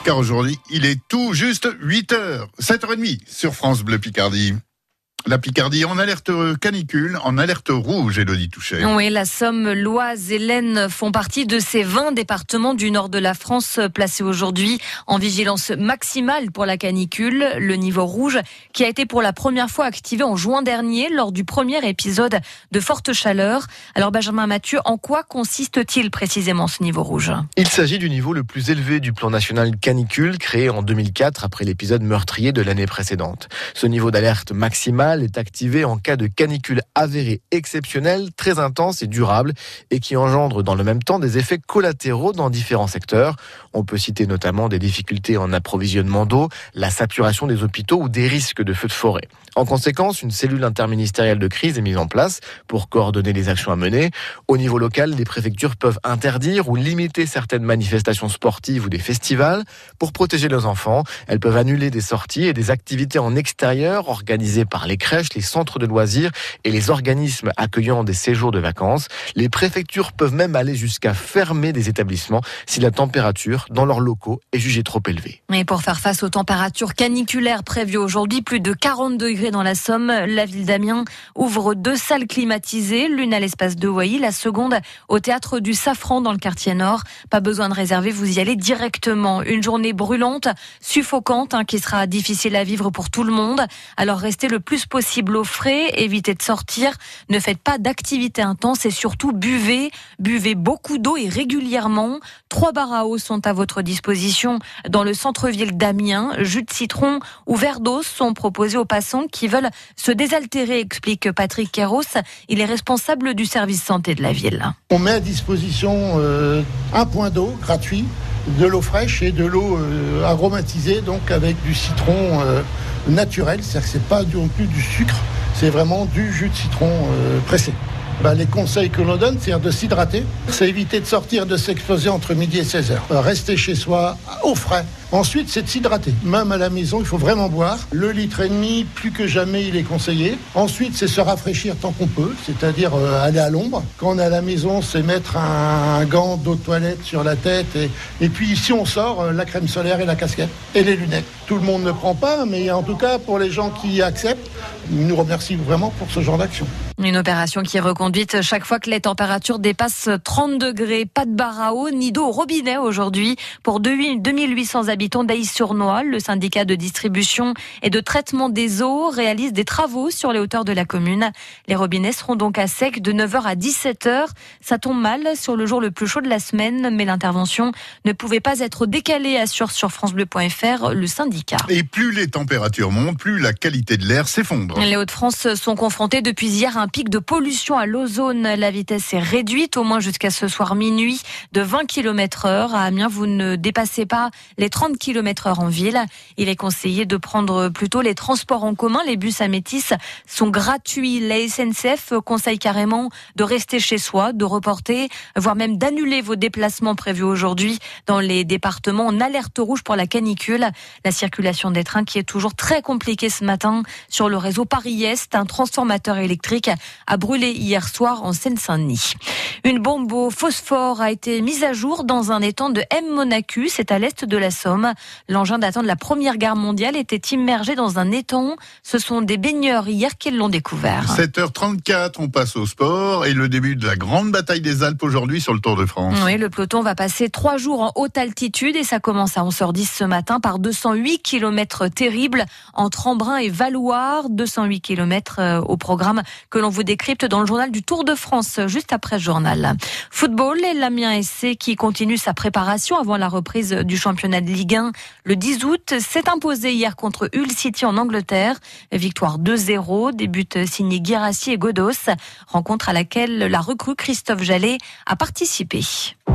car aujourd'hui, il est tout juste 8h, 7h30 sur France Bleu Picardie. La Picardie en alerte canicule, en alerte rouge, Élodie Touchet. Oui, la Somme, l'Oise et l'Aisne font partie de ces 20 départements du nord de la France placés aujourd'hui en vigilance maximale pour la canicule. Le niveau rouge qui a été pour la première fois activé en juin dernier lors du premier épisode de forte chaleur. Alors Benjamin Mathieu, en quoi consiste-t-il précisément ce niveau rouge ? Il s'agit du niveau le plus élevé du plan national canicule créé en 2004 après l'épisode meurtrier de l'année précédente. Ce niveau d'alerte maximale est activé en cas de canicule avérée exceptionnelle, très intense et durable et qui engendre dans le même temps des effets collatéraux dans différents secteurs. On peut citer notamment des difficultés en approvisionnement d'eau, la saturation des hôpitaux ou des risques de feux de forêt. En conséquence, une cellule interministérielle de crise est mise en place pour coordonner les actions à mener. Au niveau local, les préfectures peuvent interdire ou limiter certaines manifestations sportives ou des festivals. Pour protéger les enfants, elles peuvent annuler des sorties et des activités en extérieur organisées par les crèches, les centres de loisirs et les organismes accueillant des séjours de vacances. Les préfectures peuvent même aller jusqu'à fermer des établissements si la température dans leurs locaux est jugée trop élevée. Et pour faire face aux températures caniculaires prévues aujourd'hui, plus de 40 degrés dans la Somme, la ville d'Amiens ouvre 2 salles climatisées, l'une à l'espace de Wai, la seconde au théâtre du Safran dans le quartier nord. Pas besoin de réserver, vous y allez directement. Une journée brûlante, suffocante, qui sera difficile à vivre pour tout le monde. Alors restez le plus possible au frais, évitez de sortir, ne faites pas d'activité intense et surtout buvez beaucoup d'eau et régulièrement. 3 bars à eau sont à votre disposition dans le centre-ville d'Amiens. Jus de citron ou verre d'eau sont proposés aux passants qui veulent se désaltérer, explique Patrick Kéros. Il est responsable du service santé de la ville. On met à disposition un point d'eau gratuit, de l'eau fraîche et de l'eau aromatisée, donc avec du citron naturel, c'est-à-dire que c'est pas non plus du sucre, c'est vraiment du jus de citron pressé. Les conseils que l'on donne, c'est de s'hydrater, c'est éviter de sortir, de s'exposer entre midi et 16h. Rester chez soi au frais. Ensuite, c'est de s'hydrater. Même à la maison, il faut vraiment boire. Le 1,5 litre, plus que jamais, il est conseillé. Ensuite, c'est se rafraîchir tant qu'on peut, c'est-à-dire aller à l'ombre. Quand on est à la maison, c'est mettre un gant d'eau de toilette sur la tête. Et puis, si on sort, la crème solaire et la casquette et les lunettes. Tout le monde ne prend pas, mais en tout cas, pour les gens qui acceptent, ils nous remercient vraiment pour ce genre d'action. Une opération qui est reconduite chaque fois que les températures dépassent 30 degrés. Pas de bar à eau ni d'eau au robinet aujourd'hui pour 2800 habitants d'Ailly-sur-Noye. Le syndicat de distribution et de traitement des eaux réalise des travaux sur les hauteurs de la commune. Les robinets seront donc à sec de 9h à 17h. Ça tombe mal sur le jour le plus chaud de la semaine, mais l'intervention ne pouvait pas être décalée, assure sur francebleu.fr le syndicat. Et plus les températures montent, plus la qualité de l'air s'effondre. Les Hauts-de-France sont confrontés depuis hier à un pic de pollution à l'ozone. La vitesse est réduite, au moins jusqu'à ce soir minuit, de 20 km/h. À Amiens, vous ne dépassez pas les 30 km/h en ville. Il est conseillé de prendre plutôt les transports en commun. Les bus à Métis sont gratuits. La SNCF conseille carrément de rester chez soi, de reporter, voire même d'annuler vos déplacements prévus aujourd'hui dans les départements en alerte rouge pour la canicule. La circulation des trains qui est toujours très compliquée ce matin sur le réseau Paris-Est. Un transformateur électrique a brûlé hier soir en Seine-Saint-Denis. Une bombe au phosphore a été mise à jour dans un étang de M-Monacu, c'est à l'est de la Somme. L'engin datant de la Première Guerre mondiale était immergé dans un étang. Ce sont des baigneurs hier qui l'ont découvert. 7h34, on passe au sport et le début de la grande bataille des Alpes aujourd'hui sur le Tour de France. Oui, le peloton va passer 3 jours en haute altitude et ça commence à 11h10 ce matin par 208 km terribles entre Embrun et Valloire. 208 km au programme que l'on vous décrypte dans le journal du Tour de France, juste après ce journal. Football, et l'Amiens SC qui continue sa préparation avant la reprise du championnat de Ligue 1 le 10 août, s'est imposé hier contre Hull City en Angleterre. Victoire 2-0, des buts signés Guirassy et Godos. Rencontre à laquelle la recrue Christophe Jallet a participé.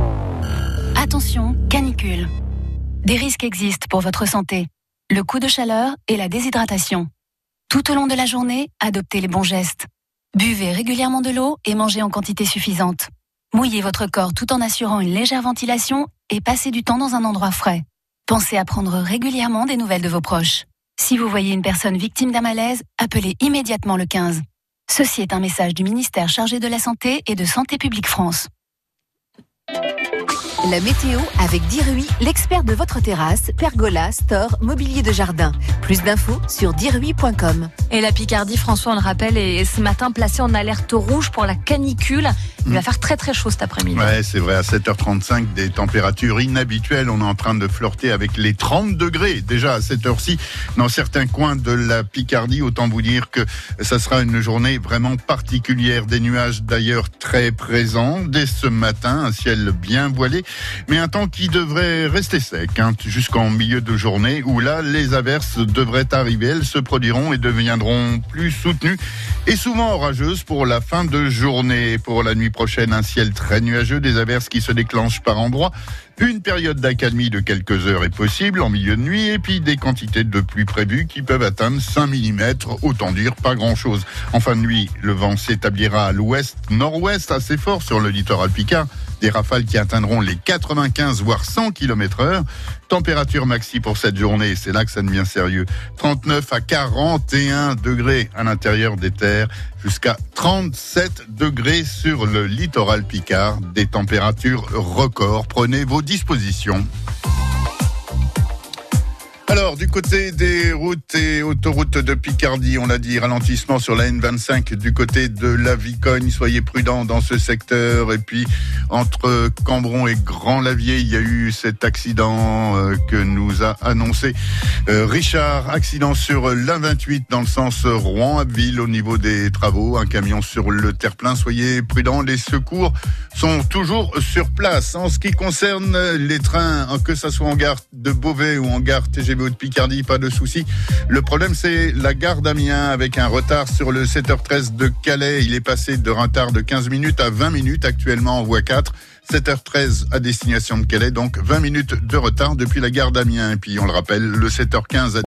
Attention, canicule. Des risques existent pour votre santé. Le coup de chaleur et la déshydratation. Tout au long de la journée, adoptez les bons gestes. Buvez régulièrement de l'eau et mangez en quantité suffisante. Mouillez votre corps tout en assurant une légère ventilation et passez du temps dans un endroit frais. Pensez à prendre régulièrement des nouvelles de vos proches. Si vous voyez une personne victime d'un malaise, appelez immédiatement le 15. Ceci est un message du ministère chargé de la Santé et de Santé publique France. La météo avec Dirui, l'expert de votre terrasse, pergola, store, mobilier de jardin. Plus d'infos sur dirui.com. Et la Picardie, François, on le rappelle, est ce matin placée en alerte rouge pour la canicule. Il va faire très très chaud cet après-midi. Ouais, c'est vrai, à 7h35, des températures inhabituelles. On est en train de flirter avec les 30 degrés déjà à cette heure-ci dans certains coins de la Picardie. Autant vous dire que ça sera une journée vraiment particulière. Des nuages d'ailleurs très présents dès ce matin, un ciel bien voilé, mais un temps qui devrait rester sec jusqu'en milieu de journée où là, les averses devraient arriver. Elles se produiront et deviendront plus soutenues et souvent orageuses pour la fin de journée. Pour la nuit prochaine, un ciel très nuageux, des averses qui se déclenchent par endroits. Une période d'accalmie de quelques heures est possible en milieu de nuit et puis des quantités de pluie prévues qui peuvent atteindre 5 mm, autant dire pas grand-chose. En fin de nuit, le vent s'établira à l'ouest-nord-ouest assez fort sur le littoral picard. Des rafales qui atteindront les 95 voire 100 km/h. Température maxi pour cette journée, c'est là que ça devient sérieux. 39 à 41 degrés à l'intérieur des terres, jusqu'à 37 degrés sur le littoral picard. Des températures records. Prenez vos dispositions. Alors, du côté des routes et autoroutes de Picardie, on l'a dit, ralentissement sur la N25 du côté de la Vicogne. Soyez prudents dans ce secteur. Et puis, entre Cambron et Grand-Lavier, il y a eu cet accident que nous a annoncé Richard. Accident sur l'A28 dans le sens Rouen-Abbeville au niveau des travaux. Un camion sur le terre-plein. Soyez prudents, les secours sont toujours sur place. En ce qui concerne les trains, que ça soit en gare de Beauvais ou en gare TGV de Picardie, pas de souci. Le problème, c'est la gare d'Amiens avec un retard sur le 7h13 de Calais. Il est passé de retard de 15 minutes à 20 minutes actuellement en voie 4. 7h13 à destination de Calais, donc 20 minutes de retard depuis la gare d'Amiens. Et puis, on le rappelle, le 7h15 à